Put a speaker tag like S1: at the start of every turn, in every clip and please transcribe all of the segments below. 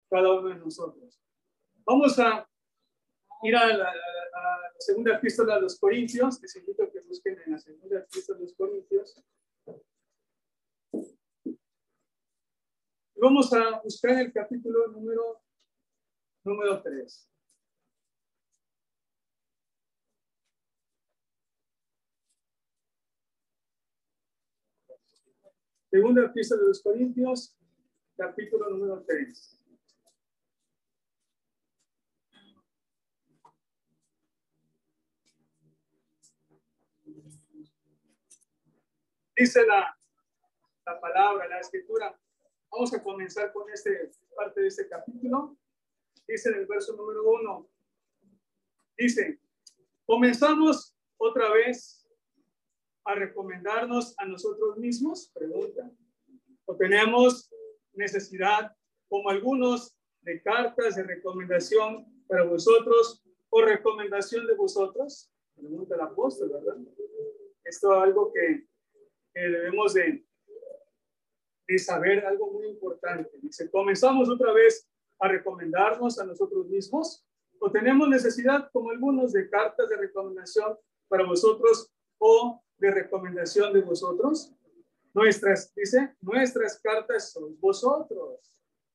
S1: cada uno de nosotros. Vamos a ir a la segunda epístola a los Corintios. Les invito a que busquen en la segunda epístola a los Corintios. Y vamos a buscar el capítulo número 3. Segunda epístola de los Corintios, capítulo número 3. Dice la palabra, la escritura. Vamos a comenzar con parte de este capítulo. Dice en el verso número 1. Dice, comenzamos otra vez a recomendarnos a nosotros mismos, pregunta, o tenemos necesidad, como algunos, de cartas de recomendación para vosotros o recomendación de vosotros, pregunta el apóstol, ¿verdad? Esto es algo que debemos de saber, algo muy importante. Dice, comenzamos otra vez a recomendarnos a nosotros mismos, o tenemos necesidad, como algunos, de cartas de recomendación para vosotros o de recomendación de vosotros. Nuestras cartas sois vosotros,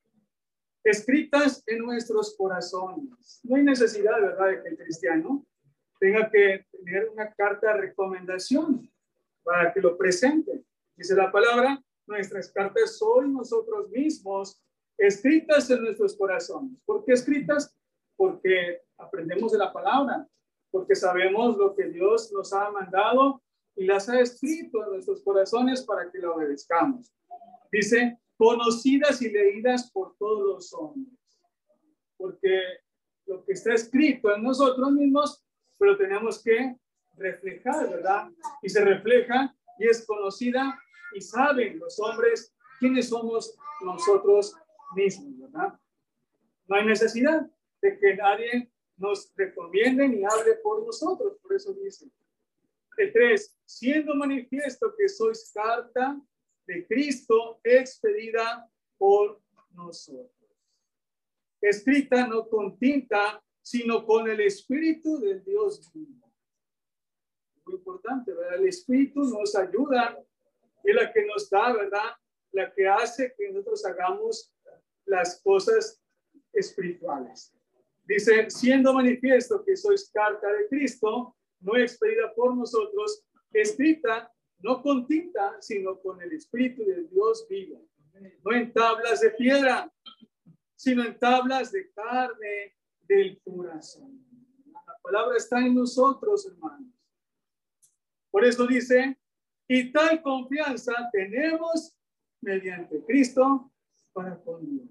S1: escritas en nuestros corazones. No hay necesidad, ¿verdad?, de que el cristiano tenga que tener una carta de recomendación para que lo presente. Dice la palabra, nuestras cartas sois nosotros mismos, escritas en nuestros corazones. ¿Por qué escritas? Porque aprendemos de la palabra, porque sabemos lo que Dios nos ha mandado y las ha escrito en nuestros corazones para que la obedezcamos. Dice, conocidas y leídas por todos los hombres. Porque lo que está escrito en nosotros mismos, pero tenemos que reflejar, ¿verdad? Y se refleja y es conocida y saben los hombres quiénes somos nosotros mismos, ¿verdad? No hay necesidad de que nadie nos recomiende ni hable por nosotros. Por eso dice el 3, siendo manifiesto que sois carta de Cristo expedida por nosotros, escrita no con tinta, sino con el Espíritu del Dios vivo. Muy importante, ¿verdad? El Espíritu nos ayuda, es la que nos da, ¿verdad? La que hace que nosotros hagamos las cosas espirituales. Dice, siendo manifiesto que sois carta de Cristo, no expedida por nosotros, escrita no con tinta, sino con el Espíritu del Dios vivo. No en tablas de piedra, sino en tablas de carne del corazón. La palabra está en nosotros, hermanos. Por eso dice, y tal confianza tenemos mediante Cristo para con Dios.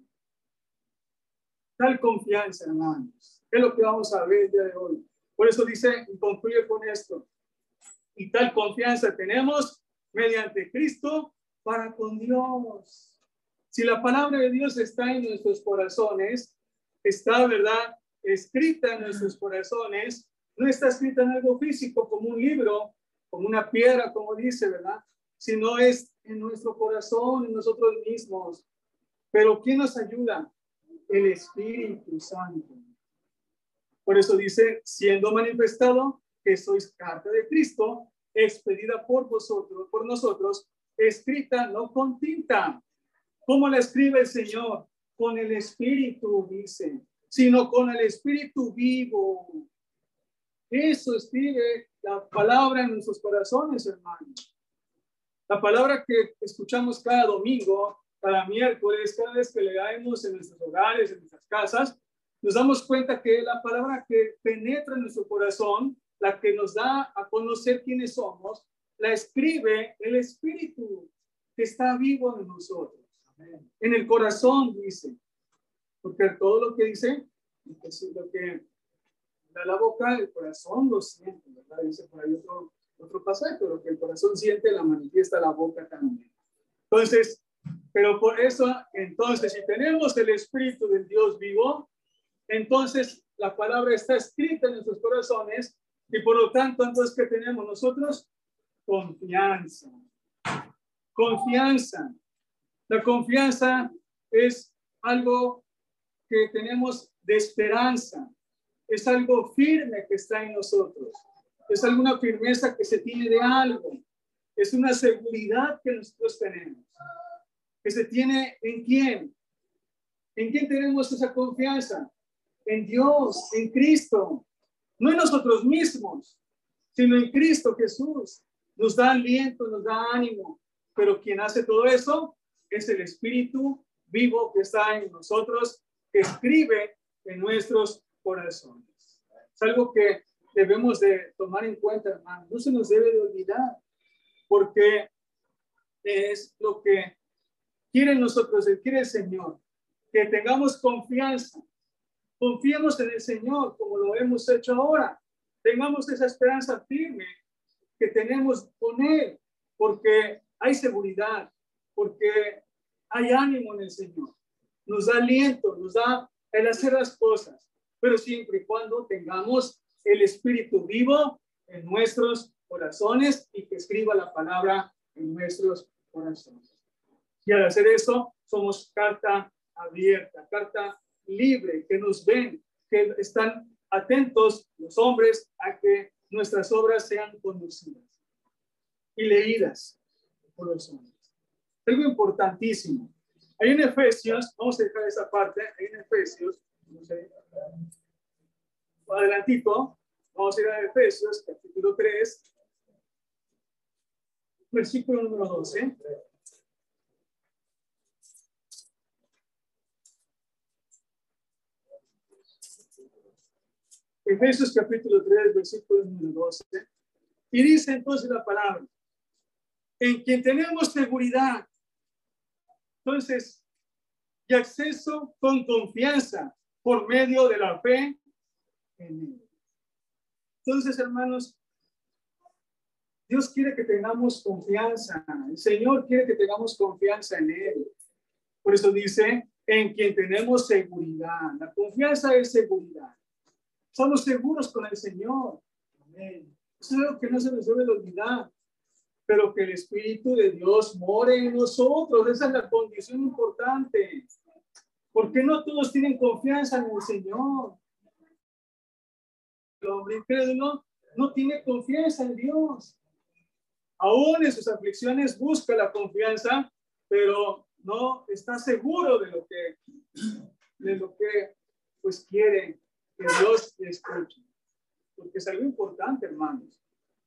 S1: Tal confianza, hermanos. Es lo que vamos a ver el día de hoy. Por eso dice, y concluye con esto. Y tal confianza tenemos mediante Cristo para con Dios. Si la palabra de Dios está en nuestros corazones, está, ¿verdad?, escrita en nuestros corazones, no está escrita en algo físico como un libro, como una piedra, como dice, ¿verdad? Sino es en nuestro corazón, en nosotros mismos. Pero ¿quién nos ayuda? El Espíritu Santo. Por eso dice, siendo manifestado que sois carta de Cristo, expedida por vosotros, por nosotros, escrita no con tinta. ¿Cómo la escribe el Señor? Con el Espíritu, dice, sino con el Espíritu vivo. Eso escribe la palabra en nuestros corazones, hermanos. La palabra que escuchamos cada domingo, cada miércoles, cada vez que leemos en nuestros hogares, en nuestras casas, nos damos cuenta que la palabra que penetra en nuestro corazón, la que nos da a conocer quiénes somos, la escribe el Espíritu que está vivo en nosotros. Amén. En el corazón, dice. Porque todo lo que dice, lo que da la boca, el corazón lo siente, ¿verdad? Dice por ahí otro pasaje, pero que el corazón siente, la manifiesta la boca también. Entonces, pero por eso, entonces, si tenemos el Espíritu del Dios vivo, entonces la palabra está escrita en nuestros corazones y por lo tanto, entonces, ¿qué tenemos nosotros? Confianza. Confianza. La confianza es algo que tenemos de esperanza. Es algo firme que está en nosotros. Es alguna firmeza que se tiene de algo. Es una seguridad que nosotros tenemos. Que se tiene ¿en quién? ¿En quién tenemos esa confianza? En Dios, en Cristo. No en nosotros mismos, sino en Cristo Jesús. Nos da aliento, nos da ánimo. Pero quien hace todo eso es el Espíritu vivo que está en nosotros, que escribe en nuestros corazones. Es algo que debemos de tomar en cuenta, hermano. No se nos debe de olvidar, porque es lo que quiere nosotros, quiere el Señor, que tengamos confianza. Confiemos en el Señor como lo hemos hecho ahora. Tengamos esa esperanza firme que tenemos con Él, porque hay seguridad, porque hay ánimo en el Señor. Nos da aliento, nos da el hacer las cosas, pero siempre y cuando tengamos el Espíritu vivo en nuestros corazones y que escriba la palabra en nuestros corazones. Y al hacer eso, somos carta abierta, carta libre, que nos ven, que están atentos los hombres a que nuestras obras sean conocidas y leídas por los hombres. Algo importantísimo. Hay en Efesios, vamos a dejar esa parte, hay en Efesios, no sé, adelantito, vamos a ir a Efesios, capítulo 3, versículo número 12. Efesios capítulo 3, versículo número 12. Y dice entonces la palabra, en quien tenemos seguridad, entonces, y acceso con confianza por medio de la fe en Él. Entonces, hermanos, Dios quiere que tengamos confianza. El Señor quiere que tengamos confianza en Él. Por eso dice, en quien tenemos seguridad. La confianza es seguridad. Somos seguros con el Señor. Amén. Eso es algo que no se nos debe de olvidar. Pero que el Espíritu de Dios more en nosotros. Esa es la condición importante. Porque no todos tienen confianza en el Señor. El hombre incrédulo no tiene confianza en Dios. Aún en sus aflicciones busca la confianza, pero no está seguro de lo que pues quiere que Dios le escuche. Porque es algo importante, hermanos.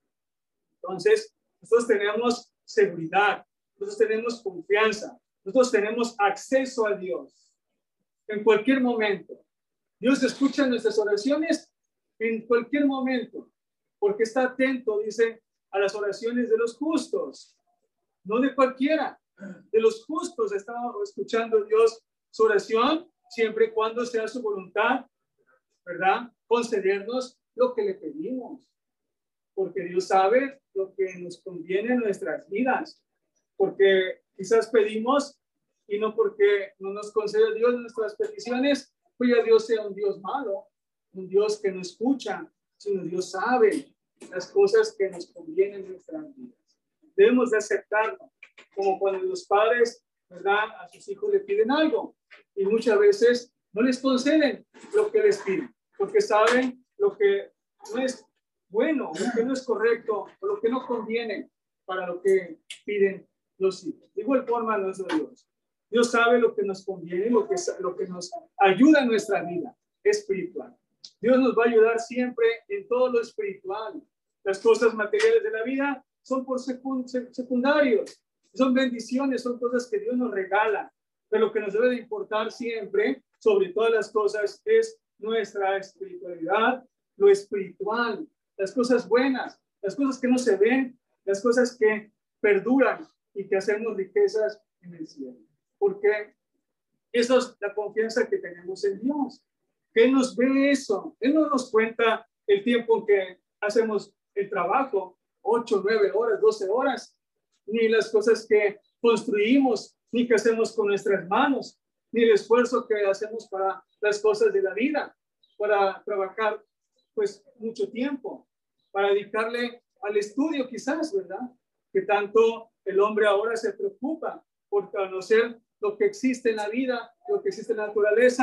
S1: Entonces, nosotros tenemos seguridad, nosotros tenemos confianza, nosotros tenemos acceso a Dios en cualquier momento. Dios escucha nuestras oraciones en cualquier momento, porque está atento, dice, a las oraciones de los justos, no de cualquiera. De los justos está escuchando Dios su oración, siempre y cuando sea su voluntad, ¿verdad? Concedernos lo que le pedimos, porque Dios sabe lo que nos conviene en nuestras vidas, porque quizás pedimos y no porque no nos concede Dios nuestras peticiones, pues ya Dios sea un Dios malo, un Dios que no escucha, sino Dios sabe las cosas que nos convienen en nuestras vidas. Debemos de aceptarlo, como cuando los padres, ¿verdad?, a sus hijos le piden algo y muchas veces no les conceden lo que les piden, porque saben lo que no es bueno, lo que no es correcto, o lo que no conviene para lo que piden los hijos. De igual forma, nuestro Dios. Dios sabe lo que nos conviene, lo que nos ayuda en nuestra vida espiritual. Dios nos va a ayudar siempre en todo lo espiritual. Las cosas materiales de la vida son por secundarios, son bendiciones, son cosas que Dios nos regala. Pero lo que nos debe de importar siempre, sobre todas las cosas, es nuestra espiritualidad, lo espiritual, las cosas buenas, las cosas que no se ven, las cosas que perduran y que hacemos riquezas en el cielo. Porque eso es la confianza que tenemos en Dios. Que Él nos ve eso. Él no nos cuenta el tiempo en que hacemos el trabajo, 8, 9 horas, 12 horas, ni las cosas que construimos, ni que hacemos con nuestras manos, ni el esfuerzo que hacemos para las cosas de la vida, para trabajar pues mucho tiempo, para dedicarle al estudio quizás, ¿verdad? Que tanto el hombre ahora se preocupa por conocer lo que existe en la vida, lo que existe en la naturaleza,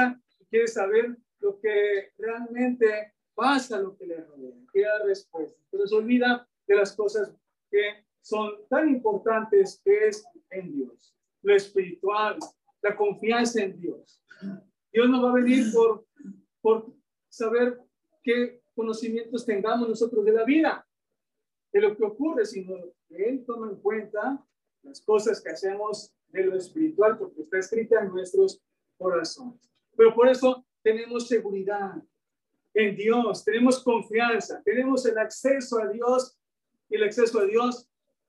S1: quiere saber lo que realmente pasa, lo que le rodea, quiere dar respuestas, pero se olvida de las cosas que son tan importantes, que es en Dios, lo espiritual, la confianza en Dios. Dios no va a venir por saber qué conocimientos tengamos nosotros de la vida, de lo que ocurre, sino que Él toma en cuenta las cosas que hacemos de lo espiritual, porque está escrita en nuestros corazones. Pero por eso tenemos seguridad en Dios, tenemos confianza, tenemos el acceso a Dios, y el acceso a Dios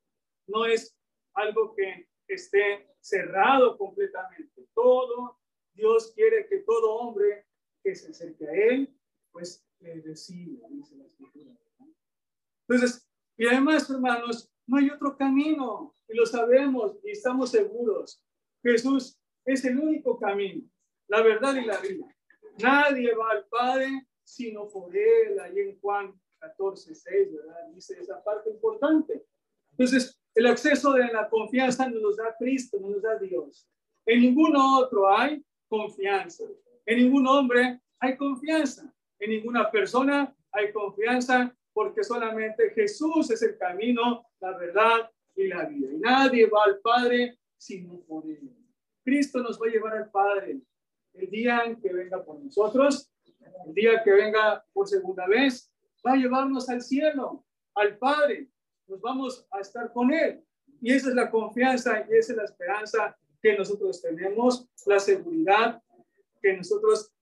S1: no es algo que esté cerrado completamente. Todo Dios quiere que todo hombre que se acerque a Él, pues le reciba, dice la Escritura. Entonces, y además, hermanos, no hay otro camino, y lo sabemos y estamos seguros. Jesús es el único camino, la verdad y la vida. Nadie va al Padre sino por Él. Ahí en Juan 14:6, ¿verdad? Dice esa parte importante. Entonces, el acceso de la confianza nos lo da Cristo, nos lo da Dios. En ningún otro hay confianza. En ningún hombre hay confianza. En ninguna persona hay confianza, porque solamente Jesús es el camino, la verdad y la vida. Y nadie va al Padre sino por Él. Cristo nos va a llevar al Padre el día en que venga por nosotros, el día que venga por segunda vez, va a llevarnos al cielo, al Padre. Nos vamos a estar con Él. Y esa es la confianza y esa es la esperanza que nosotros tenemos, la seguridad que nosotros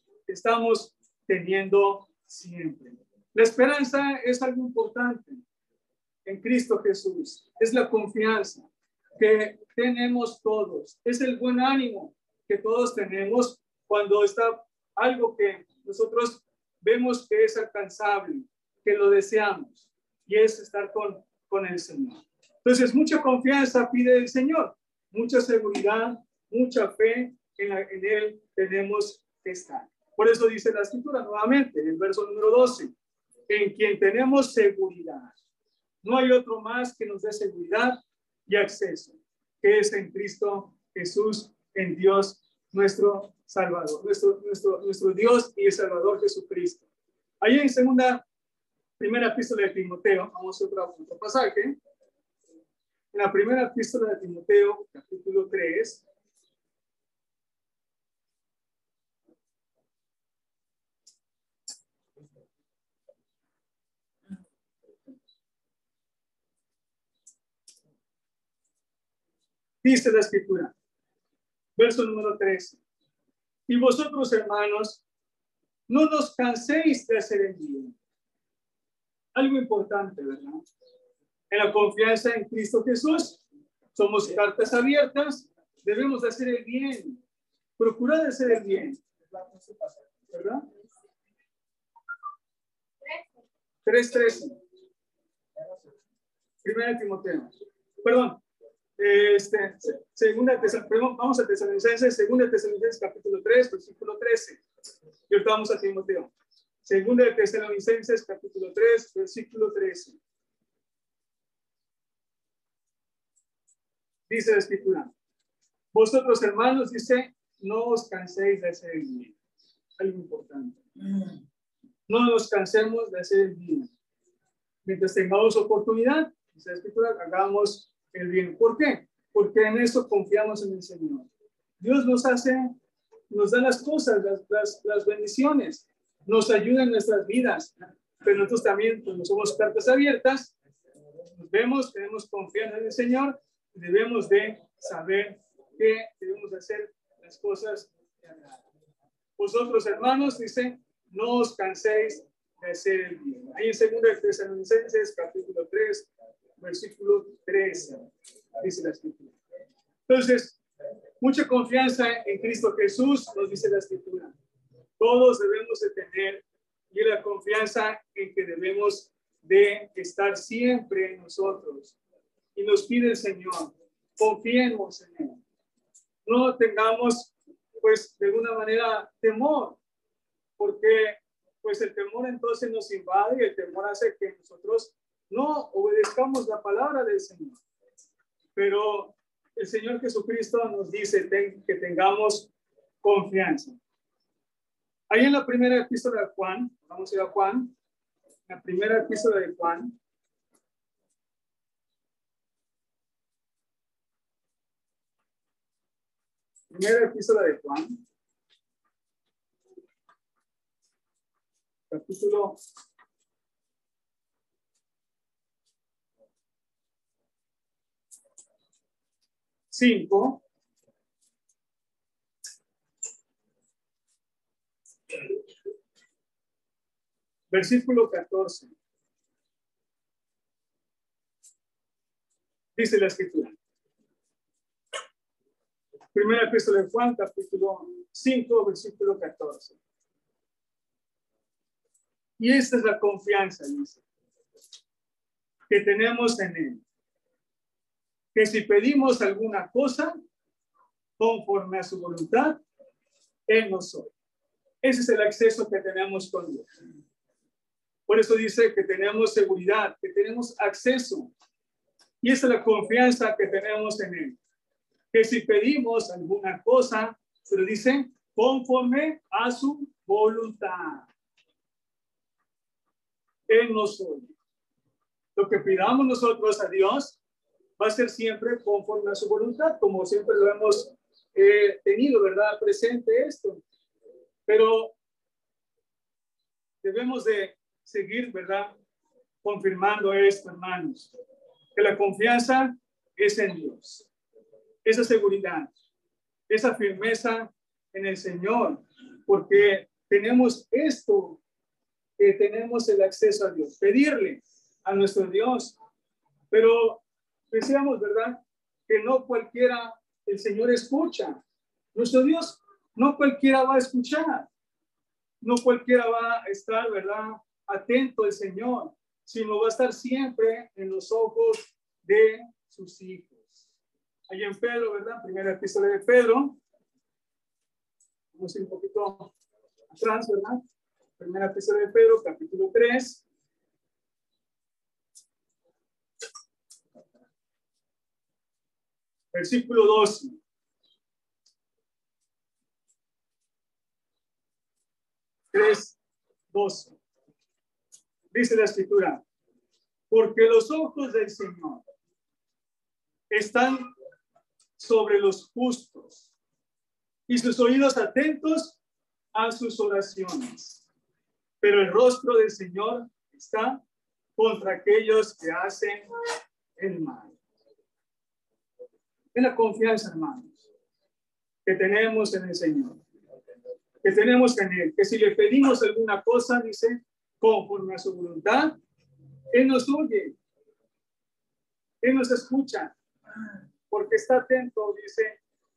S1: estamos teniendo siempre. La esperanza es algo importante en Cristo Jesús. Es la confianza que tenemos todos. Es el buen ánimo que todos tenemos cuando está algo que nosotros vemos que es alcanzable, que lo deseamos, y es estar con el Señor. Entonces, mucha confianza pide el Señor, mucha seguridad, mucha fe en Él tenemos que estar. Por eso dice la Escritura nuevamente, en el verso número 12, en quien tenemos seguridad. No hay otro más que nos dé seguridad y acceso, que es en Cristo Jesús, en Dios nuestro Salvador, nuestro Dios y el Salvador Jesucristo. Ahí en primera epístola de Timoteo, vamos a otro pasaje. En la primera epístola de Timoteo, capítulo 3. Dice la Escritura, verso número 13. Y vosotros, hermanos, no nos canséis de hacer el bien. Algo importante, ¿verdad? En la confianza en Cristo Jesús, somos cartas abiertas, debemos de hacer el bien, procurar hacer el bien, ¿verdad? 3:13. Primera de Timoteo. Perdón. Vamos a Tesalonicenses, segunda de Tesalonicenses, capítulo 3, versículo 13. Y ahorita vamos a Timoteo. Segunda de Tesalonicenses, capítulo 3, versículo 13. Dice la Escritura, vosotros, hermanos, dice, no os canséis de hacer el bien. Algo importante. No nos cansemos de hacer el bien. Mientras tengamos oportunidad, dice la Escritura, hagamos el bien. ¿Por qué? Porque en eso confiamos en el Señor. Dios nos da las cosas, las bendiciones, nos ayuda en nuestras vidas, pero nosotros también, cuando somos cartas abiertas, nos vemos, tenemos confianza en el Señor, y debemos de saber que debemos hacer las cosas que agradan. Vosotros, hermanos, dice, no os canséis de hacer el bien. Ahí en segunda de Tesalonicenses, capítulo 3, versículo 13, dice la Escritura. Entonces, mucha confianza en Cristo Jesús, nos dice la Escritura. Todos debemos de tener y la confianza en que debemos de estar siempre en nosotros. Y nos pide el Señor, confiemos en Él. No tengamos, pues, de alguna manera temor, porque pues el temor entonces nos invade y el temor hace que nosotros no obedezcamos la palabra del Señor. Pero el Señor Jesucristo nos dice que tengamos confianza. Ahí en la primera epístola de Juan, vamos a ir a Juan, la primera epístola de Juan. Primera epístola de Juan, capítulo 5. Versículo 14. Dice la escritura. Primera epístola de Juan, capítulo 5, versículo 14. Y esta es la confianza, dice, que tenemos en él. Que si pedimos alguna cosa conforme a su voluntad, él nos oye. Ese es el acceso que tenemos con Dios. Por eso dice que tenemos seguridad, que tenemos acceso. Y esa es la confianza que tenemos en él. Que si pedimos alguna cosa, pero dice, conforme a su voluntad, él nos oye. Lo que pidamos nosotros a Dios va a ser siempre conforme a su voluntad, como siempre lo hemos tenido, ¿verdad? Presente esto. Pero debemos de seguir, ¿verdad? Confirmando esto, hermanos. Que la confianza es en Dios. Esa seguridad, esa firmeza en el Señor, porque tenemos esto, que tenemos el acceso a Dios, pedirle a nuestro Dios. Pero decíamos, ¿verdad? Que no cualquiera el Señor escucha. Nuestro Dios no cualquiera va a escuchar. No cualquiera va a estar, ¿verdad? Atento al Señor, sino va a estar siempre en los ojos de sus hijos. Allí en Pedro, ¿verdad? Primera epístola de Pedro. Vamos a ir un poquito atrás, ¿verdad? Primera epístola de Pedro, capítulo 3. Versículo 12. Tres, 12. Dice la escritura, porque los ojos del Señor están sobre los justos y sus oídos atentos a sus oraciones. Pero el rostro del Señor está contra aquellos que hacen el mal. Es la confianza, hermanos, que tenemos en el Señor, que tenemos en Él, que si le pedimos alguna cosa, dice, conforme a su voluntad, Él nos oye, Él nos escucha, porque está atento, dice,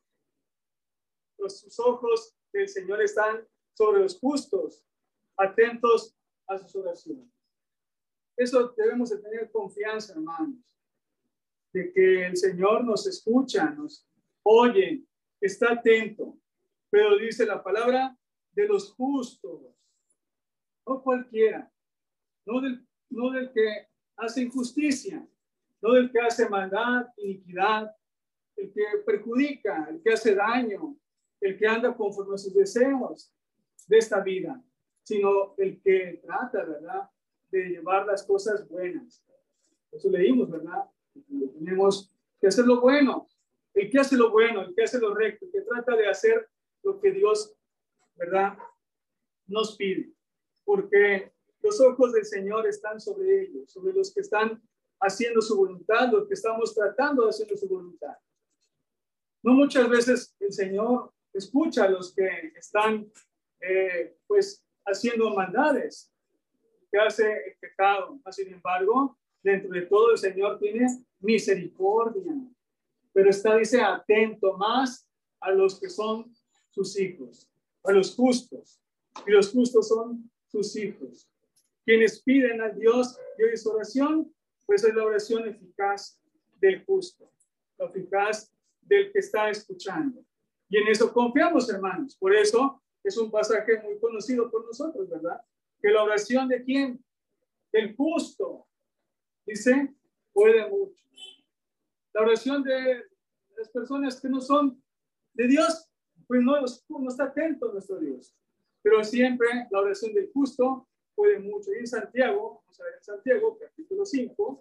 S1: sus ojos del Señor están sobre los justos, atentos a sus oraciones. Eso debemos de tener confianza, hermanos, de que el Señor nos escucha, nos oye, está atento, pero dice la palabra de los justos, no cualquiera, no del que hace injusticia, no del que hace maldad, iniquidad, el que perjudica, el que hace daño, el que anda conforme a sus deseos de esta vida, sino el que trata, ¿verdad?, de llevar las cosas buenas. Eso leímos, ¿verdad? Tenemos que hacer lo bueno, el que hace lo bueno, el que hace lo recto, el que trata de hacer lo que Dios, ¿verdad?, nos pide. Porque los ojos del Señor están sobre ellos, sobre los que están haciendo su voluntad, los que estamos tratando de hacer su voluntad. No muchas veces el Señor escucha a los que están, pues, haciendo maldades, que hace el pecado. Sin embargo, dentro de todo el Señor tiene misericordia, pero está, dice, atento más a los que son sus hijos, a los justos, y los justos son sus hijos. Quienes piden a Dios y oyen su oración, pues es la oración eficaz del justo, la eficaz del que está escuchando. Y en eso confiamos, hermanos. Por eso es un pasaje muy conocido por nosotros, ¿verdad? Que la oración de ¿quién? Del justo, dice, puede mucho. La oración de las personas que no son de Dios, pues no está atento a nuestro Dios. pero siempre la oración del justo puede mucho. Y en Santiago, vamos a ver en Santiago, capítulo 5,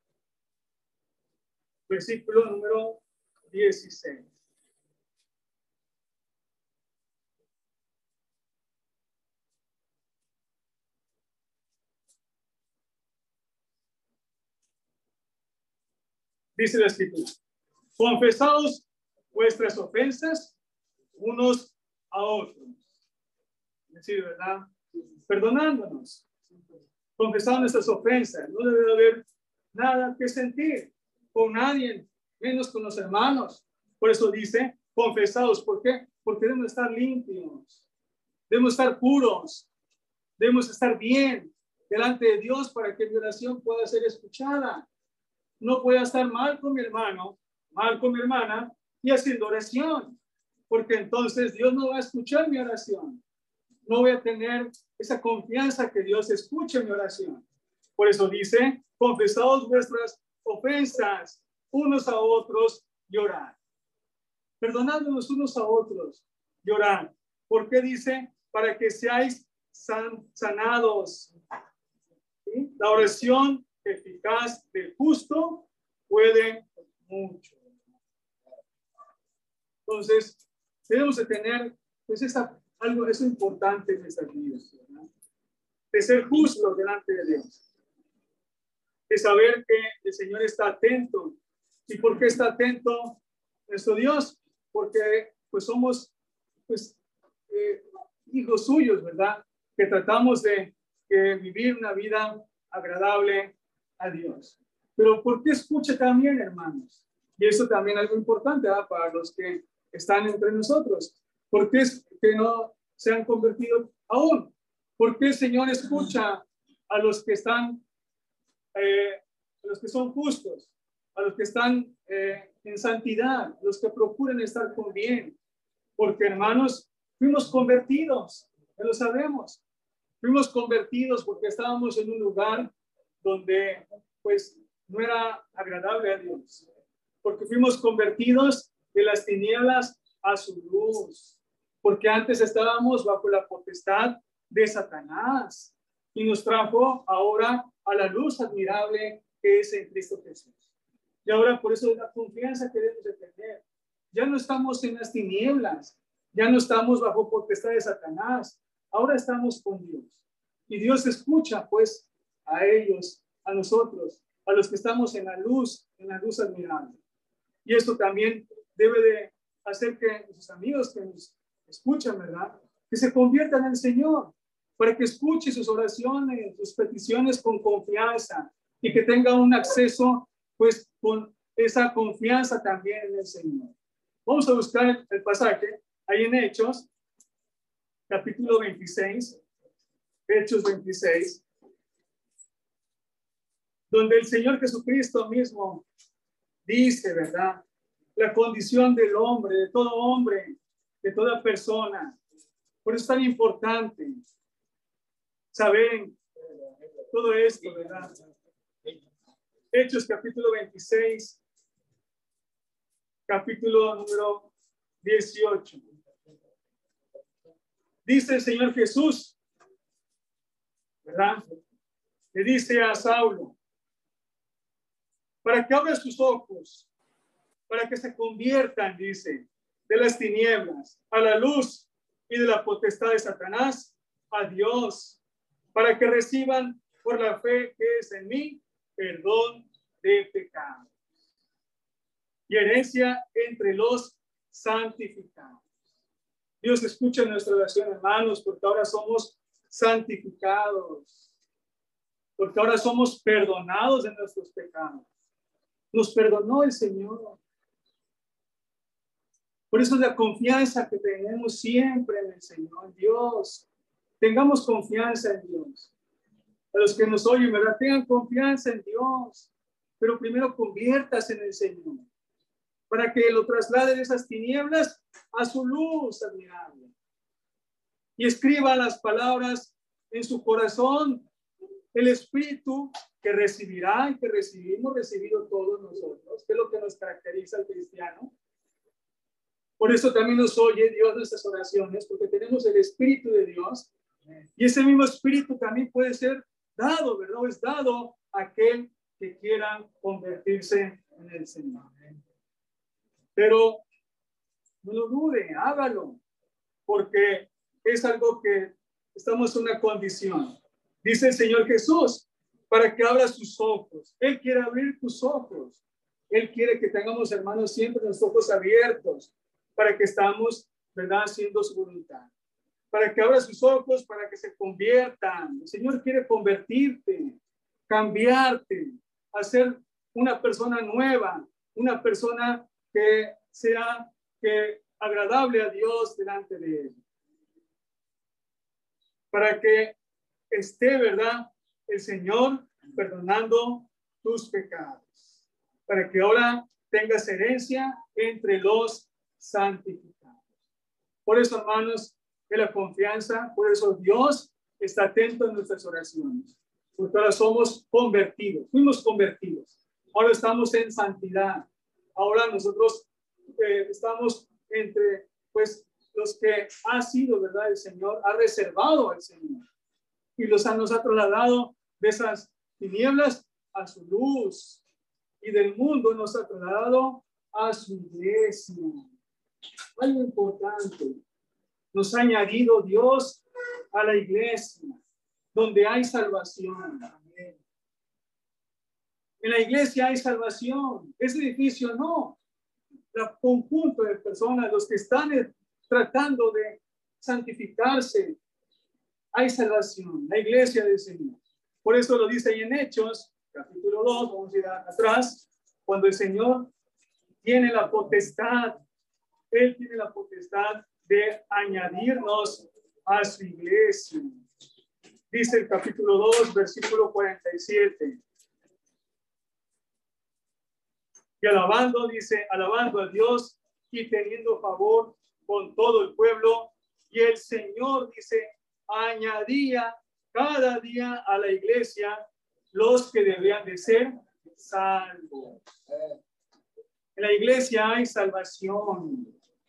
S1: versículo número 16. Dice la Escritura: confesaos vuestras ofensas unos a otros. Es decir, ¿verdad? Perdonándonos. Confesando nuestras ofensas. No debe haber nada que sentir con nadie, menos con los hermanos. Por eso dice, confesaos. ¿Por qué? Porque debemos estar limpios. Debemos estar puros. Debemos estar bien delante de Dios para que mi oración pueda ser escuchada. No puedo estar mal con mi hermano, mal con mi hermana y haciendo oración, porque entonces Dios no va a escuchar mi oración. No voy a tener esa confianza que Dios escuche mi oración. Por eso dice, confesaos vuestras ofensas unos a otros y orad. Perdonándonos unos a otros y orad. ¿Por qué dice? Para que seáis sanados. ¿Sí? La oración eficaz del justo puede mucho. Entonces, debemos de tener pues algo eso importante en nuestras vidas, ¿verdad? De ser justos delante de Dios, de saber que el Señor está atento. ¿Y por qué está atento nuestro Dios? Porque pues somos pues hijos suyos, ¿verdad? Que tratamos de vivir una vida agradable a Dios. Pero ¿por qué escucha también, hermanos? Y eso también es algo importante, ¿verdad? Para los que están entre nosotros. ¿Por qué es que no se han convertido aún? ¿Por qué el Señor escucha a los que están, a los que son justos, a los que están en santidad, los que procuran estar con bien? Porque, hermanos, fuimos convertidos, ya lo sabemos. Fuimos convertidos porque estábamos en un lugar donde, pues, no era agradable a Dios. Porque fuimos convertidos de las tinieblas a su luz. Porque antes estábamos bajo la potestad de Satanás y nos trajo ahora a la luz admirable que es en Cristo Jesús. Y ahora por eso es la confianza que debemos de tener. Ya no estamos en las tinieblas, ya no estamos bajo potestad de Satanás, ahora estamos con Dios. Y Dios escucha pues a ellos, a nosotros, a los que estamos en la luz admirable. Y esto también debe de hacer que nuestros amigos que nos escuchan, ¿verdad? Que se conviertan en el Señor, para que escuche sus oraciones, sus peticiones con confianza y que tenga un acceso pues con esa confianza también en el Señor. Vamos a buscar el pasaje ahí en Hechos, capítulo 26, Hechos 26, donde el Señor Jesucristo mismo dice, ¿verdad? La condición del hombre, de toda persona. Por eso es tan importante saber todo esto, ¿verdad? Hechos capítulo 26, capítulo número 18. Dice el Señor Jesús, ¿verdad? Le dice a Saulo, para que abra sus ojos, para que se conviertan, dice, de las tinieblas a la luz y de la potestad de Satanás a Dios, para que reciban por la fe que es en mí perdón de pecados y herencia entre los santificados. Dios escucha nuestra oración, hermanos, porque ahora somos santificados, porque ahora somos perdonados de nuestros pecados. Nos perdonó el Señor. Por eso es la confianza que tenemos siempre en el Señor, en Dios. Tengamos confianza en Dios. A los que nos oyen, ¿verdad? Tengan confianza en Dios, pero primero conviértase en el Señor, para que lo traslade de esas tinieblas a su luz admirable. Y escriba las palabras en su corazón, el Espíritu que recibirá y que recibimos, recibido todos nosotros, que es lo que nos caracteriza al cristiano. Por eso también nos oye Dios nuestras oraciones, porque tenemos el Espíritu de Dios. Y ese mismo Espíritu también puede ser dado, ¿verdad? Es dado a aquel que quiera convertirse en el Señor. Pero no lo dude, hágalo, porque es algo que estamos en una condición. Dice el Señor Jesús, para que abra sus ojos. Él quiere abrir tus ojos. Él quiere que tengamos, hermanos, siempre los ojos abiertos para que estamos, ¿verdad?, haciendo su voluntad. Para que abra sus ojos, para que se conviertan. El Señor quiere convertirte, cambiarte, hacer una persona nueva, una persona que sea agradable a Dios delante de Él. Para que esté, ¿verdad?, el Señor perdonando tus pecados. Para que ahora tengas herencia entre los santificados. Por eso, hermanos, en la confianza, por eso Dios está atento en nuestras oraciones. Porque ahora somos convertidos, fuimos convertidos. Ahora estamos en santidad. Ahora nosotros estamos entre, pues, los que ha sido, ¿verdad?, el Señor ha reservado al Señor. Y nos ha trasladado de esas tinieblas a su luz. Y del mundo nos ha trasladado a su iglesia. Algo importante. Nos ha añadido Dios a la iglesia, donde hay salvación. Amén. En la iglesia hay salvación. Ese edificio no. El conjunto de personas, los que están tratando de santificarse, hay salvación. La iglesia del Señor. Por eso lo dice ahí en Hechos, capítulo 2, vamos a ir atrás, cuando el Señor tiene la potestad, Él tiene la potestad de añadirnos a su iglesia. Dice el capítulo 2, versículo 47. Y alabando, dice, alabando a Dios y teniendo favor con todo el pueblo. Y el Señor, dice, añadía cada día a la iglesia los que debían de ser salvos. En la iglesia hay salvación.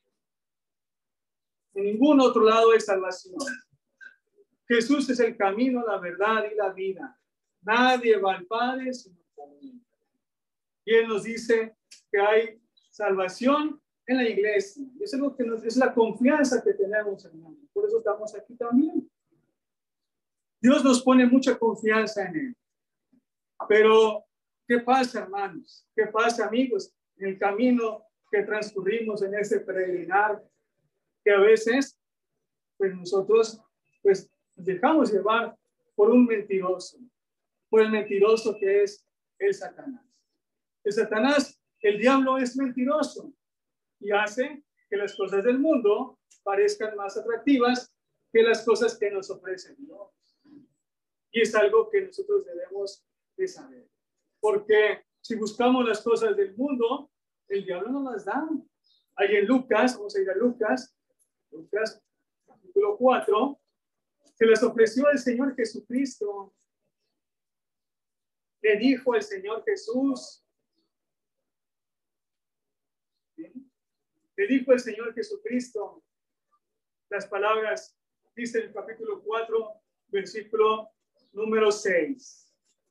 S1: En ningún otro lado hay salvación. Jesús es el camino, la verdad y la vida. Nadie va al Padre sino por mí. Y Él nos dice que hay salvación en la iglesia. Y eso es lo que es la confianza que tenemos, hermanos. Por eso estamos aquí también. Dios nos pone mucha confianza en Él. Pero, ¿qué pasa, hermanos? ¿Qué pasa, amigos? En el camino que transcurrimos en este peregrinar, que a veces, pues nosotros, pues, nos dejamos llevar por un mentiroso, por el mentiroso que es el Satanás. El Satanás, el diablo es mentiroso y hace que las cosas del mundo parezcan más atractivas que las cosas que nos ofrece Dios. Y es algo que nosotros debemos de saber. Porque si buscamos las cosas del mundo, el diablo no las da. Ahí en Lucas, vamos a ir a Lucas capítulo 4, se les ofreció el Señor Jesucristo. Le dijo el Señor Jesús. ¿Sí? Le dijo el Señor Jesucristo las palabras, dice en el capítulo 4, versículo número 6.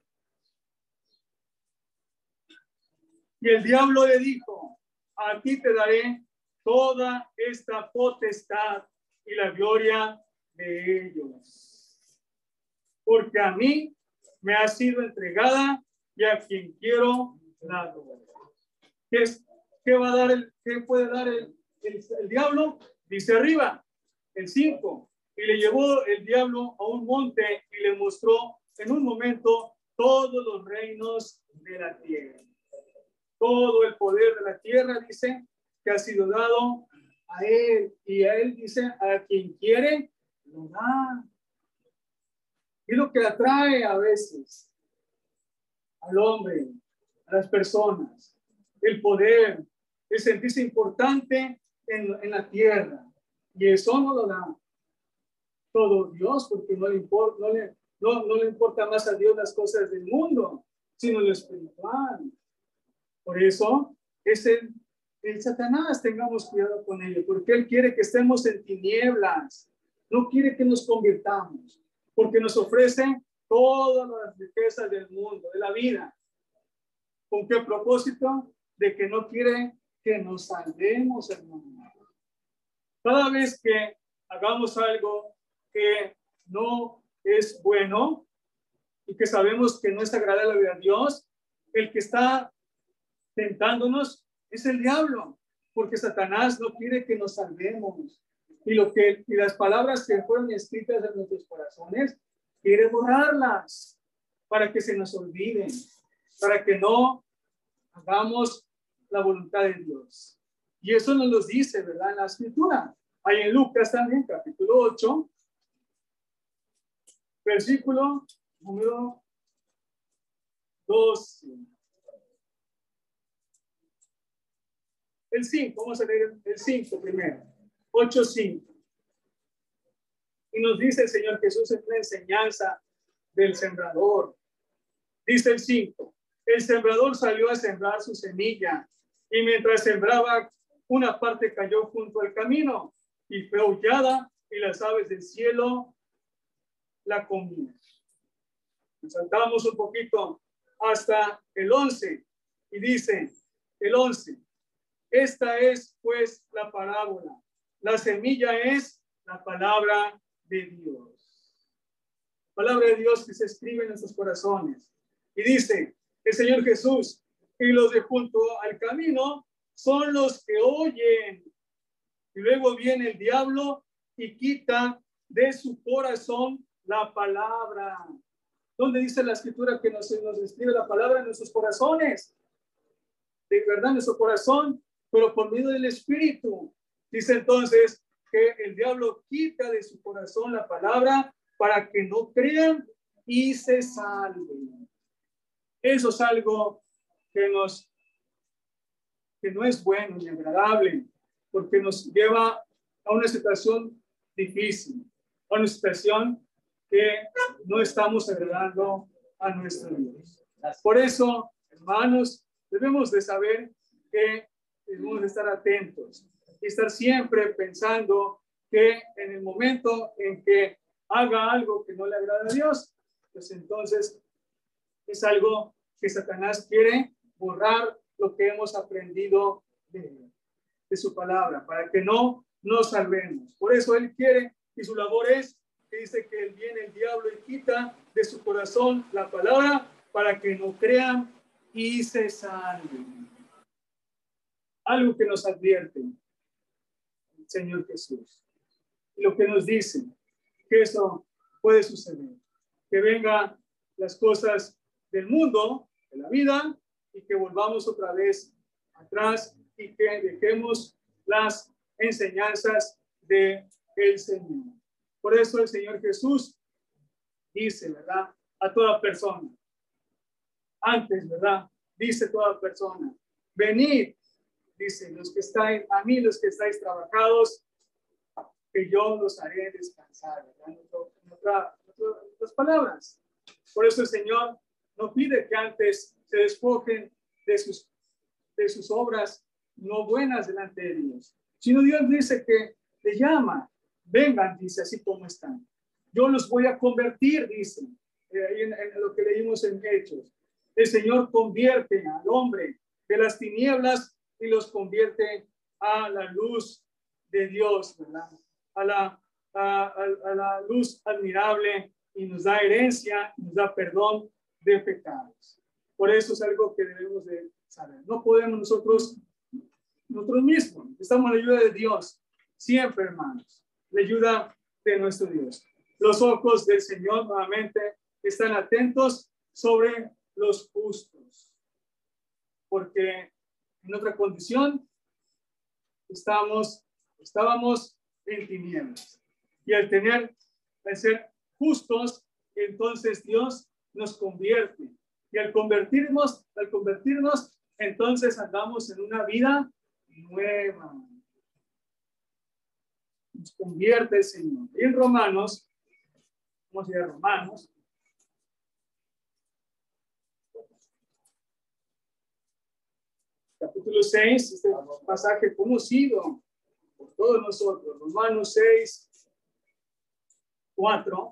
S1: Y el diablo le dijo, a ti te daré toda esta potestad y la gloria de ellos, porque a mí me ha sido entregada y a quien quiero la doy. ¿Qué va a dar qué puede dar el diablo? Dice arriba, el 5. Y le llevó el diablo a un monte y le mostró en un momento todos los reinos de la tierra. Todo el poder de la tierra, dice, que ha sido dado a él. Y a él, dice, a quien quiere, lo da. Y lo que atrae a veces al hombre, a las personas, el poder, el sentirse importante en la tierra. Y eso no lo da todo Dios, porque no le importa más a Dios las cosas del mundo, sino lo espiritual. Por eso es el Satanás tengamos cuidado con ello, porque él quiere que estemos en tinieblas, no quiere que nos convirtamos, porque nos ofrece todas las riquezas del mundo, de la vida. ¿Con qué propósito? De que no quiere que nos salvemos, hermano. Cada vez que hagamos algo que no es bueno y que sabemos que no es agradable a Dios, el que está tentándonos es el diablo, porque Satanás no quiere que nos salvemos. Y las palabras que fueron escritas en nuestros corazones, quiere borrarlas para que se nos olviden, para que no hagamos la voluntad de Dios. Y eso nos lo dice, ¿verdad? En la escritura. Hay en Lucas también, capítulo 8, versículo número 12. El 5, vamos a leer el 5 primero. 8:5. Y nos dice el Señor Jesús en la enseñanza del sembrador. Dice el 5. El sembrador salió a sembrar su semilla y mientras sembraba, una parte cayó junto al camino y fue aullada y las aves del cielo la comían. Nos saltamos un poquito hasta el 11 y dice el 11. Esta es pues la parábola. La semilla es la palabra de Dios. Palabra de Dios que se escribe en nuestros corazones. Y dice el Señor Jesús, y los de junto al camino son los que oyen. Y luego viene el diablo y quita de su corazón la palabra. ¿Dónde dice la escritura que nos escribe la palabra en nuestros corazones? De verdad, en nuestro corazón, pero por medio del Espíritu. Dice entonces que el diablo quita de su corazón la palabra para que no crean y se salven. Eso es algo que no es bueno ni agradable, porque nos lleva a una situación difícil, a una situación que no estamos agradando a nuestro Dios. Por eso, hermanos, debemos de saber que debemos de estar atentos y estar siempre pensando que en el momento en que haga algo que no le agrada a Dios, pues entonces es algo que Satanás quiere borrar lo que hemos aprendido de su palabra, para que no nos salvemos. Por eso él quiere, y su labor es, que dice que viene el diablo y quita de su corazón la palabra para que no crean y se salven. Algo que nos advierte el Señor Jesús. Y lo que nos dice, que eso puede suceder. Que vengan las cosas del mundo, de la vida, y que volvamos otra vez atrás y que dejemos las enseñanzas del Señor. Por eso el Señor Jesús dice, ¿verdad? A toda persona. Antes, ¿verdad? Dice toda persona, venid, dice, los que estáis, a mí los que estáis trabajados, que yo los haré descansar, ¿verdad? En otras palabras. Por eso el Señor no pide que antes se despojen de sus obras no buenas delante de Dios, sino Dios dice que le llama, vengan, dice, así como están. Yo los voy a convertir, dice, en lo que leímos en Hechos. El Señor convierte al hombre de las tinieblas y los convierte a la luz de Dios, ¿verdad? A la luz admirable, y nos da herencia, nos da perdón de pecados. Por eso es algo que debemos de saber. No podemos nosotros mismos. Estamos en la ayuda de Dios. Siempre, hermanos. La ayuda de nuestro Dios. Los ojos del Señor nuevamente están atentos sobre los justos. Porque en otra condición estábamos en tinieblas. Y al ser justos, entonces Dios nos convierte. Y al convertirnos, entonces andamos en una vida nueva. Nos convierte el Señor. Y en Romanos, vamos a ir a Romanos. Capítulo capítulo 6, este pasaje conocido por todos nosotros, Romanos 6, 4,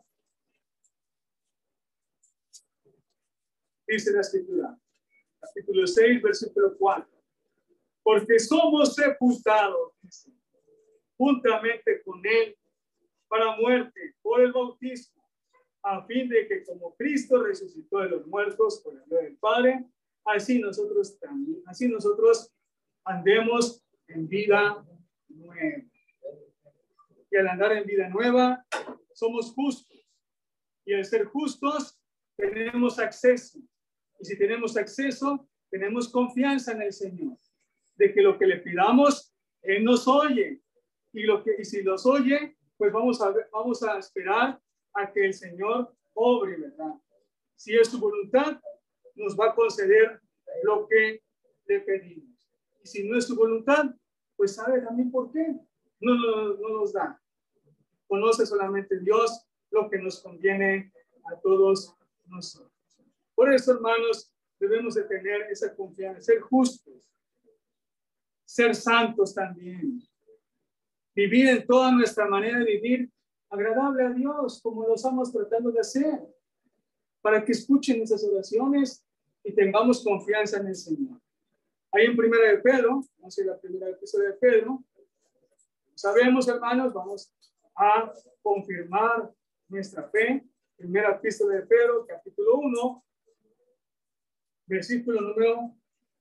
S1: dice la escritura, capítulo 6, versículo 4, porque somos sepultados juntamente con él para muerte por el bautismo, a fin de que como Cristo resucitó de los muertos por la gloria del Padre, así nosotros también, así nosotros andemos en vida nueva. Y al andar en vida nueva, somos justos. Y al ser justos, tenemos acceso. Y si tenemos acceso, tenemos confianza en el Señor, de que lo que le pidamos, Él nos oye. Y si nos oye, pues vamos a esperar a que el Señor obre, ¿verdad? Si es su voluntad, nos va a conceder lo que le pedimos. Y si no es su voluntad, pues sabe también por qué. No nos da. Conoce solamente Dios lo que nos conviene a todos nosotros. Por eso, hermanos, debemos de tener esa confianza, ser justos, ser santos también. Vivir en toda nuestra manera de vivir agradable a Dios, como lo estamos tratando de hacer, para que escuchen esas oraciones y tengamos confianza en el Señor. Ahí en Primera de Pedro, vamos a ir a la primera episodio de Pedro, sabemos, hermanos, vamos a confirmar nuestra fe. Primera epístola de Pedro, capítulo 1, versículo número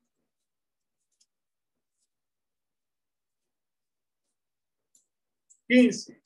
S1: 15.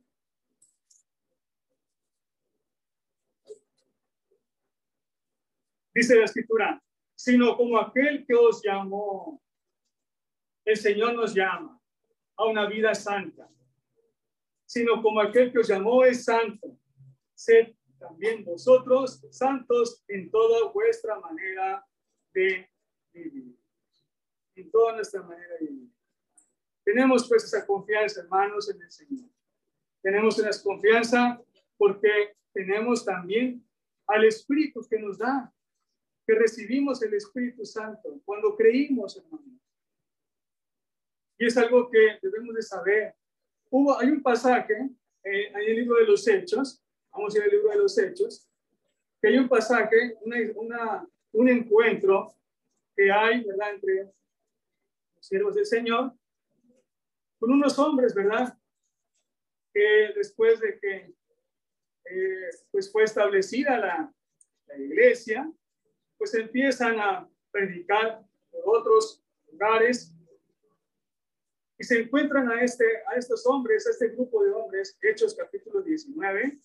S1: Dice la escritura, sino como aquel que os llamó, el Señor nos llama a una vida santa, sino como aquel que os llamó es santo, sed también vosotros santos en toda vuestra manera de vivir, en toda nuestra manera de vivir. Tenemos pues esa confianza, hermanos, en el Señor. Tenemos esa confianza porque tenemos también al Espíritu que nos da, que recibimos el Espíritu Santo cuando creímos, hermanos. Y es algo que debemos de saber. Hay un pasaje en el libro de los Hechos, vamos a ir al libro de los Hechos, que hay un pasaje, un encuentro que hay, ¿verdad?, entre los siervos del Señor, con unos hombres, ¿verdad?, que después de que pues fue establecida la iglesia, pues empiezan a predicar por otros lugares y se encuentran a estos hombres, a este grupo de hombres, Hechos capítulo 19.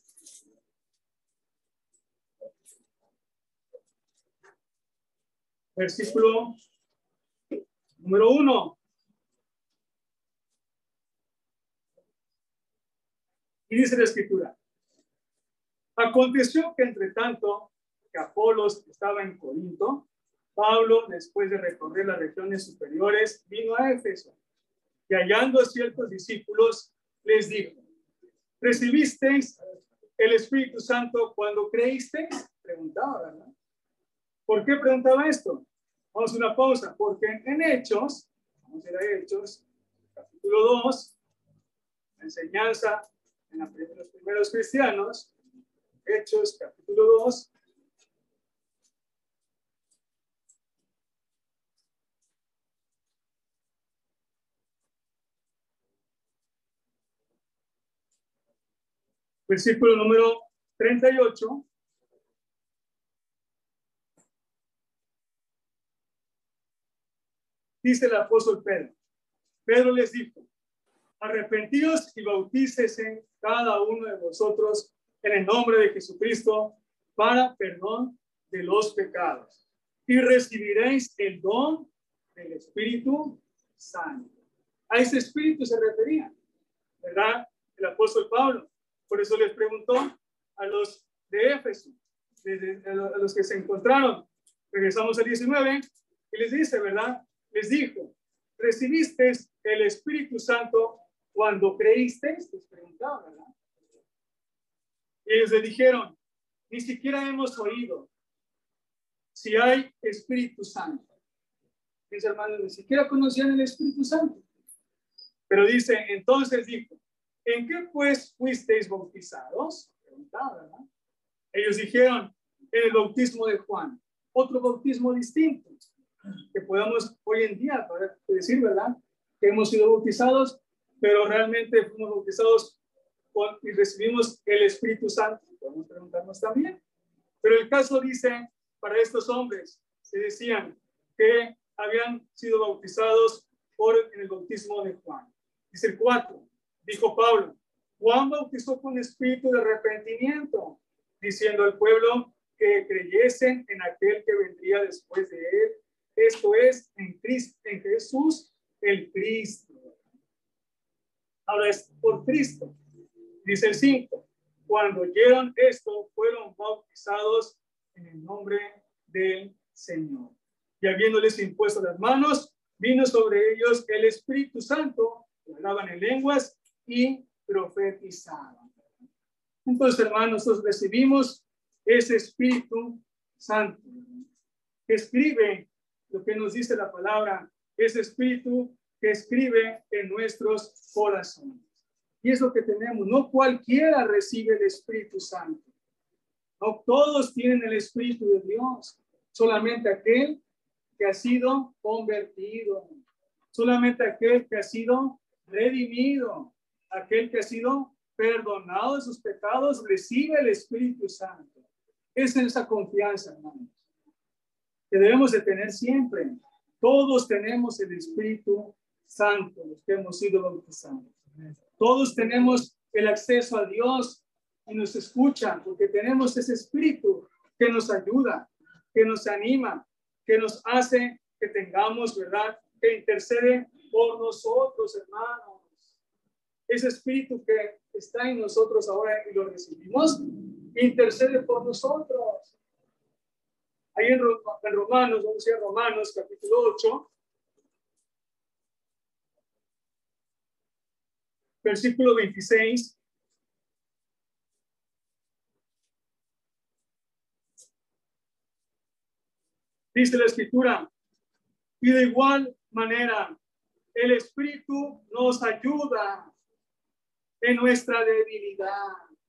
S1: Versículo número 1. Y dice la escritura, aconteció que entre tanto que Apolos estaba en Corinto, Pablo, después de recorrer las regiones superiores, vino a Éfeso y hallando a ciertos discípulos, les dijo, ¿recibisteis el Espíritu Santo cuando creísteis? Preguntaba, ¿verdad? ¿Por qué preguntaba esto? Vamos a una pausa, porque en Hechos, vamos a ir a Hechos, capítulo 2, la enseñanza en los primeros cristianos, Hechos, capítulo 2, versículo número 38. Dice el apóstol Pedro. Pedro les dijo, arrepentíos y bautícese cada uno de vosotros en el nombre de Jesucristo para perdón de los pecados y recibiréis el don del Espíritu Santo. A ese Espíritu se refería, ¿verdad?, el apóstol Pablo. Por eso les preguntó a los de Éfeso, a los que se encontraron. Regresamos al 19 y les dice, ¿verdad? Les dijo, ¿recibiste el Espíritu Santo cuando creísteis? Les preguntaba, ¿verdad? Y ellos le dijeron, ni siquiera hemos oído si hay Espíritu Santo. mis hermanos ni siquiera conocían el Espíritu Santo. Pero dice, entonces dijo, ¿en qué pues fuisteis bautizados? Preguntaba, ¿verdad? Ellos dijeron, en el bautismo de Juan. Otro bautismo distinto que podamos hoy en día poder decir, ¿verdad? Que hemos sido bautizados, pero realmente fuimos bautizados y recibimos el Espíritu Santo. Podemos preguntarnos también. Pero el caso dice, para estos hombres, se decían que habían sido bautizados en el bautismo de Juan. Dice el 4, dijo Pablo, Juan bautizó con espíritu de arrepentimiento, diciendo al pueblo que creyesen en aquel que vendría después de él, esto es, en Cristo, en Jesús, el Cristo. Ahora es por Cristo. Dice el 5, cuando oyeron esto, fueron bautizados en el nombre del Señor. Y habiéndoles impuesto las manos, vino sobre ellos el Espíritu Santo, hablaban en lenguas y profetizaban. Entonces, hermanos, nosotros recibimos ese Espíritu Santo que escribe lo que nos dice la palabra, ese Espíritu que escribe en nuestros corazones. Y es lo que tenemos. No cualquiera recibe el Espíritu Santo. No todos tienen el Espíritu de Dios. Solamente aquel que ha sido convertido. Solamente aquel que ha sido redimido. Aquel que ha sido perdonado de sus pecados recibe el Espíritu Santo. Es en esa confianza, hermanos, que debemos de tener siempre. Todos tenemos el Espíritu Santo, los que hemos sido bautizados. Todos tenemos el acceso a Dios y nos escuchan porque tenemos ese Espíritu que nos ayuda, que nos anima, que nos hace que tengamos, ¿verdad?, que intercede por nosotros, hermanos. Ese Espíritu que está en nosotros ahora y lo recibimos, intercede por nosotros. Ahí en Romanos, vamos a ir a Romanos, capítulo 8, versículo 26. Dice la Escritura, y de igual manera, el Espíritu nos ayuda en nuestra debilidad.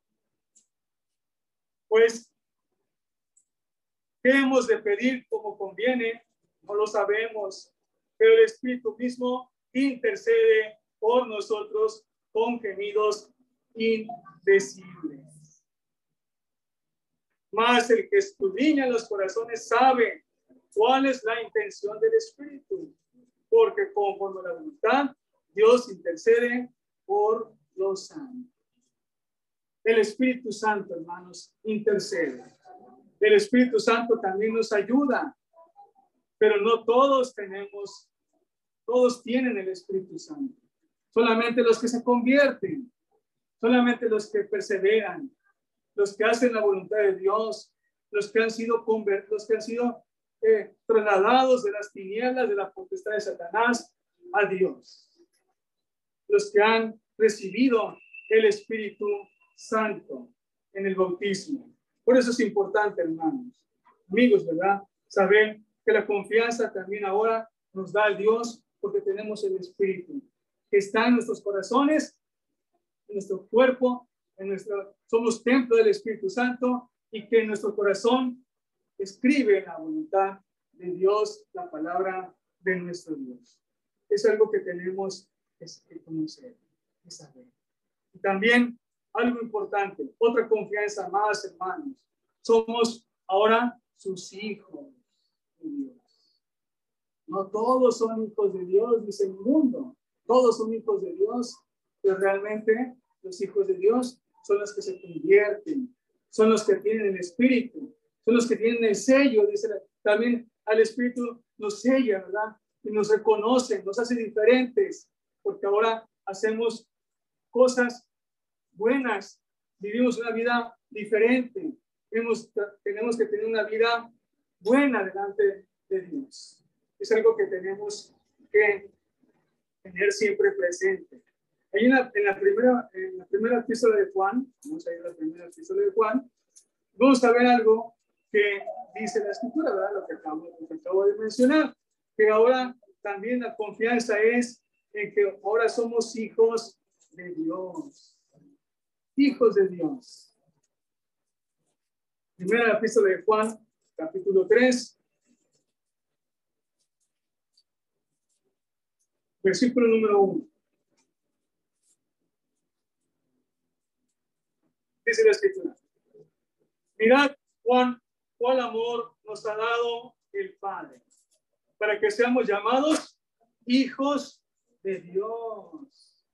S1: Pues, ¿qué hemos de pedir como conviene? No lo sabemos, pero el Espíritu mismo intercede por nosotros con gemidos indecibles. Mas el que escudriña los corazones sabe cuál es la intención del Espíritu, porque conforme a la voluntad, Dios intercede por los santos. El Espíritu Santo, hermanos, intercede. El Espíritu Santo también nos ayuda, pero no todos tienen el Espíritu Santo. Solamente los que se convierten, solamente los que perseveran, los que hacen la voluntad de Dios, los que han sido trasladados de las tinieblas de la potestad de Satanás a Dios, los que han recibido el Espíritu Santo en el bautismo. Por eso es importante, hermanos, amigos, ¿verdad?, saber que la confianza también ahora nos da a Dios porque tenemos el Espíritu que está en nuestros corazones, en nuestro cuerpo, somos templo del Espíritu Santo y que en nuestro corazón escribe la voluntad de Dios, la palabra de nuestro Dios. Es algo que tenemos que conocer, que saber. Y también algo importante, otra confianza más, hermanos. Somos ahora sus hijos de Dios. No todos son hijos de Dios, dice el mundo. Todos son hijos de Dios, pero realmente los hijos de Dios son los que se convierten, son los que tienen el Espíritu, son los que tienen el sello. Dice también al Espíritu nos sella, ¿verdad? Y nos reconoce, nos hace diferentes, porque ahora hacemos cosas buenas, vivimos una vida diferente, tenemos que tener una vida buena delante de Dios. Es algo que tenemos que tener siempre presente. Hay en la primera epístola de Juan, vamos a ir a la primera epístola de Juan, vamos a ver algo que dice la Escritura, ¿verdad? Lo que acabo de mencionar. que ahora también la confianza es en que ahora somos hijos de Dios. Hijos de Dios. Primera epístola de Juan, capítulo 3, versículo número 1. Dice la escritura: mirad cuál amor nos ha dado el Padre, para que seamos llamados hijos de Dios.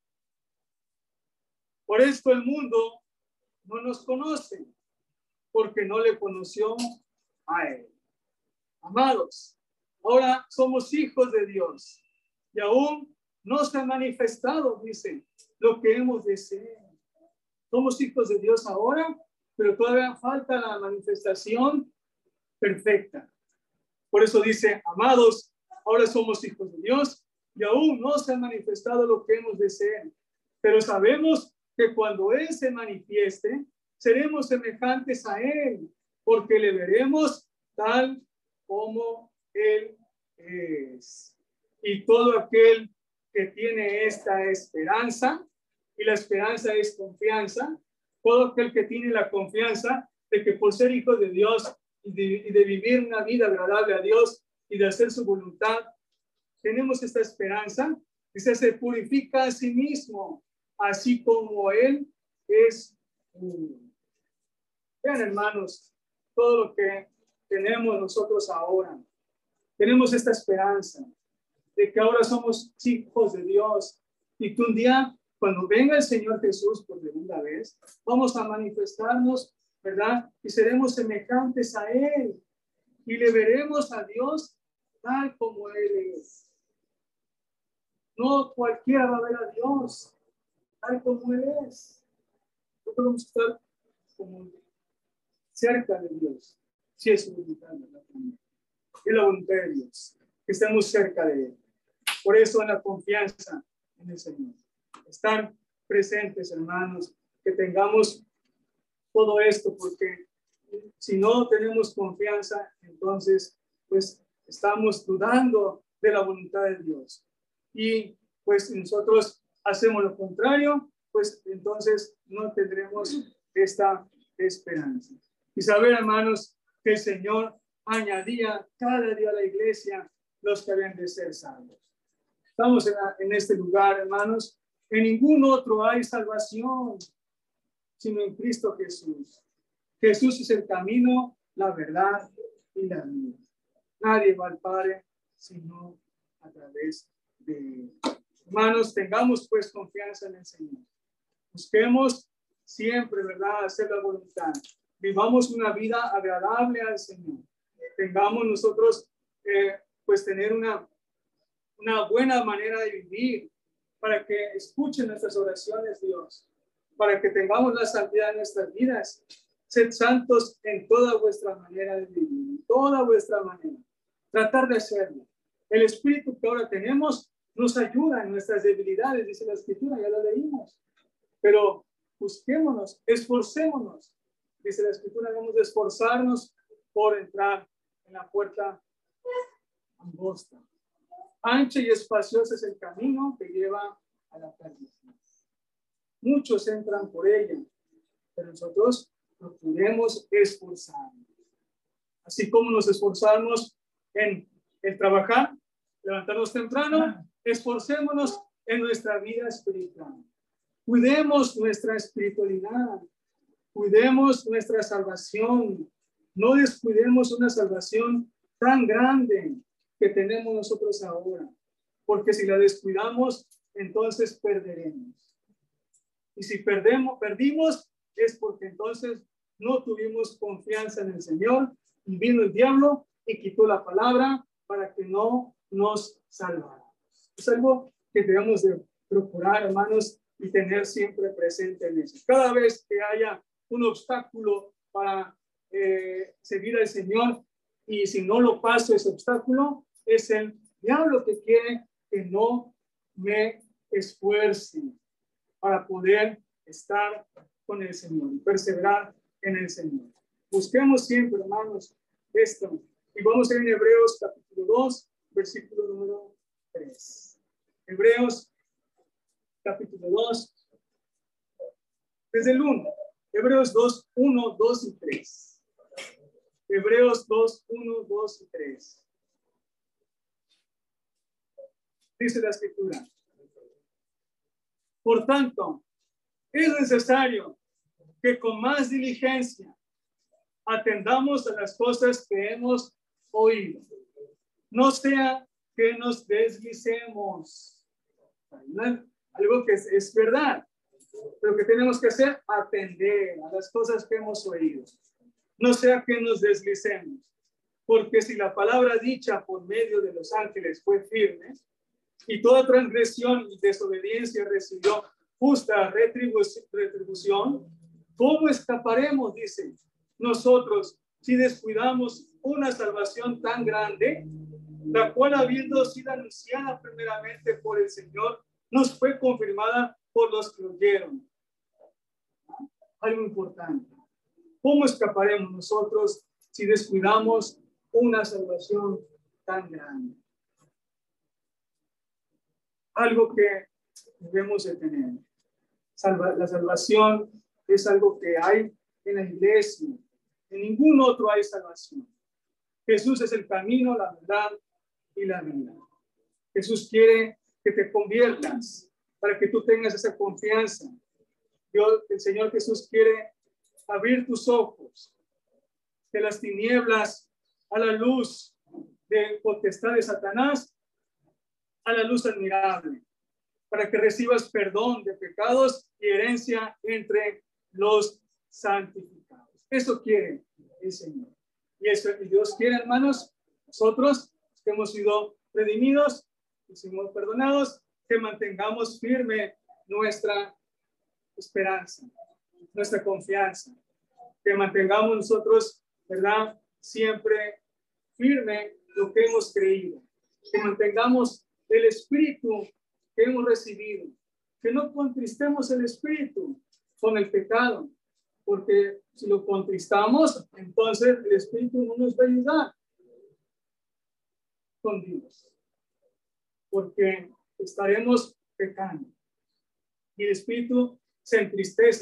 S1: Por esto el mundo no nos conoce, porque no le conoció a Él. Amados, ahora somos hijos de Dios y aún no se ha manifestado, dice, lo que hemos de ser. Somos hijos de Dios ahora, pero todavía falta la manifestación perfecta. Por eso dice, amados, ahora somos hijos de Dios y aún no se ha manifestado lo que hemos de ser. Pero sabemos que cuando Él se manifieste, seremos semejantes a Él, porque le veremos tal como Él es. Y todo aquel que tiene esta esperanza, y la esperanza es confianza, todo aquel que tiene la confianza de que por ser hijo de Dios y de vivir una vida agradable a Dios y de hacer su voluntad, tenemos esta esperanza, dice, se purifica a sí mismo, así como Él es puro. Vean, hermanos, todo lo que tenemos nosotros ahora. Tenemos esta esperanza de que ahora somos hijos de Dios y que un día, cuando venga el Señor Jesús por segunda vez, vamos a manifestarnos, ¿verdad? Y seremos semejantes a Él y le veremos a Dios tal como Él es. No cualquiera va a ver a Dios tal como Él es. No podemos estar como cerca de Dios, si es su voluntad, ¿verdad? Es la voluntad de Dios, que estemos cerca de Él. Por eso la confianza en el Señor. Estar presentes, hermanos, que tengamos todo esto, porque si no tenemos confianza, entonces pues estamos dudando de la voluntad de Dios. Y pues nosotros hacemos lo contrario, pues entonces no tendremos esta esperanza. Y saber, hermanos, que el Señor añadía cada día a la iglesia los que habían de ser salvos. Estamos en este lugar, hermanos. En ningún otro hay salvación, sino en Cristo Jesús. Jesús es el camino, la verdad y la vida. Nadie va al Padre sino a través de Él. Hermanos, tengamos pues confianza en el Señor. Busquemos siempre, ¿verdad?, hacer la voluntad. Vivamos una vida agradable al Señor. Tengamos nosotros, pues, tener una buena manera de vivir, para que escuchen nuestras oraciones, Dios, para que tengamos la santidad en nuestras vidas. Sed santos en toda vuestra manera de vivir, en toda vuestra manera. Tratar de hacerlo. El espíritu que ahora tenemos nos ayuda en nuestras debilidades, dice la Escritura, ya lo leímos. Pero busquémonos, esforcémonos. Dice la Escritura, debemos de esforzarnos por entrar en la puerta angosta. Ancho y espacioso es el camino que lleva a la perdición. Muchos entran por ella, pero nosotros procuremos esforzarnos. Así como nos esforzamos en el trabajar, levantarnos temprano, esforcémonos en nuestra vida espiritual. Cuidemos nuestra espiritualidad, cuidemos nuestra salvación. No descuidemos una salvación tan grande que tenemos nosotros ahora, porque si la descuidamos, entonces perderemos. Y si perdimos, es porque entonces no tuvimos confianza en el Señor y vino el diablo y quitó la palabra para que no nos salvara. Es algo que debemos de procurar, hermanos, y tener siempre presente en eso. Cada vez que haya un obstáculo para seguir al Señor, y si no lo paso ese obstáculo, es el diablo que quiere que no me esfuerce para poder estar con el Señor y perseverar en el Señor. Busquemos siempre, hermanos, esto. Y vamos a ir en Hebreos capítulo 2, versículo número 3. Hebreos capítulo 2, desde el 1. Hebreos 2, 1, 2 y 3. Hebreos 2, 1, 2 y 3. Dice la escritura: por tanto, es necesario que con más diligencia atendamos a las cosas que hemos oído. No sea que nos deslicemos. Algo que es verdad, pero que tenemos que hacer, atender a las cosas que hemos oído. No sea que nos deslicemos, porque si la palabra dicha por medio de los ángeles fue firme, y toda transgresión y desobediencia recibió justa retribución, ¿cómo escaparemos, dice, nosotros si descuidamos una salvación tan grande, la cual, habiendo sido anunciada primeramente por el Señor, nos fue confirmada por los que oyeron? Algo importante. ¿Cómo escaparemos nosotros si descuidamos una salvación tan grande? Algo que debemos de tener. La salvación es algo que hay en la iglesia. En ningún otro hay salvación. Jesús es el camino, la verdad y la vida. Jesús quiere que te conviertas para que tú tengas esa confianza. El Señor Jesús quiere abrir tus ojos de las tinieblas a la luz de potestad de Satanás, a la luz admirable, para que recibas perdón de pecados y herencia entre los santificados. Eso quiere el Señor. Y Dios quiere, hermanos, nosotros que hemos sido redimidos, que somos perdonados, que mantengamos firme nuestra esperanza, nuestra confianza, que mantengamos nosotros, ¿verdad?, siempre firme lo que hemos creído, que mantengamos el espíritu que hemos recibido, que no contristemos el espíritu con el pecado, porque si lo contristamos, entonces el espíritu no nos va a ayudar con Dios, porque estaremos pecando y el espíritu se entristece,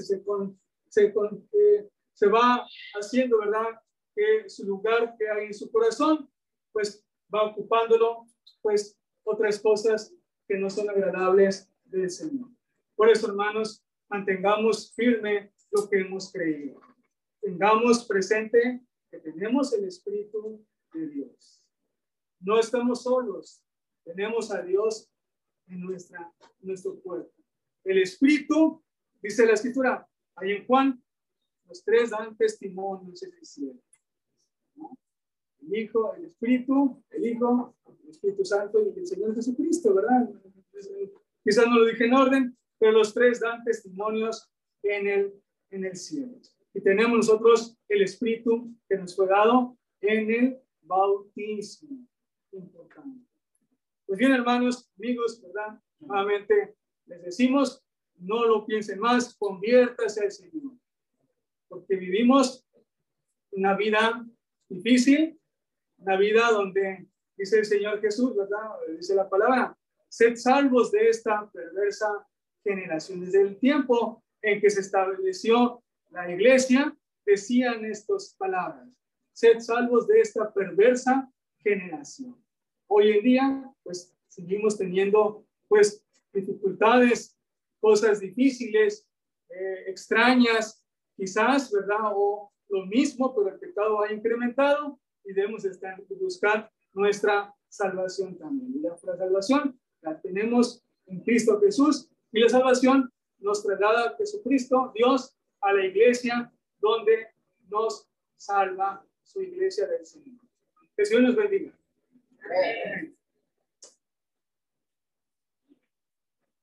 S1: se va haciendo, ¿verdad?, que su lugar que hay en su corazón, pues va ocupándolo, pues otras cosas que no son agradables del Señor. Por eso, hermanos, mantengamos firme lo que hemos creído. Tengamos presente que tenemos el Espíritu de Dios. No estamos solos, tenemos a Dios en nuestro cuerpo. El Espíritu, dice la Escritura, ahí en Juan, los tres dan testimonio en el cielo, ¿no? El Hijo, el Espíritu, el Hijo, el Espíritu Santo y el Señor Jesucristo, ¿verdad? Quizás no lo dije en orden, pero los tres dan testimonios en el cielo. Y tenemos nosotros el Espíritu que nos fue dado en el bautismo. Importante. Pues bien, hermanos, amigos, ¿verdad? Nuevamente les decimos, no lo piensen más, conviértase al Señor. Porque vivimos una vida difícil, una vida donde dice el Señor Jesús, ¿verdad? Dice la palabra, sed salvos de esta perversa generación. Desde el tiempo en que se estableció la iglesia, decían estas palabras, sed salvos de esta perversa generación. Hoy en día, pues, seguimos teniendo, pues, dificultades, cosas difíciles, extrañas, quizás, ¿verdad? O lo mismo, pero el pecado ha incrementado y debemos buscar nuestra salvación también. Y la salvación la tenemos en Cristo Jesús y la salvación nos traslada a Jesucristo, Dios, a la iglesia donde nos salva su iglesia del Señor. Que el Señor nos bendiga. Amén.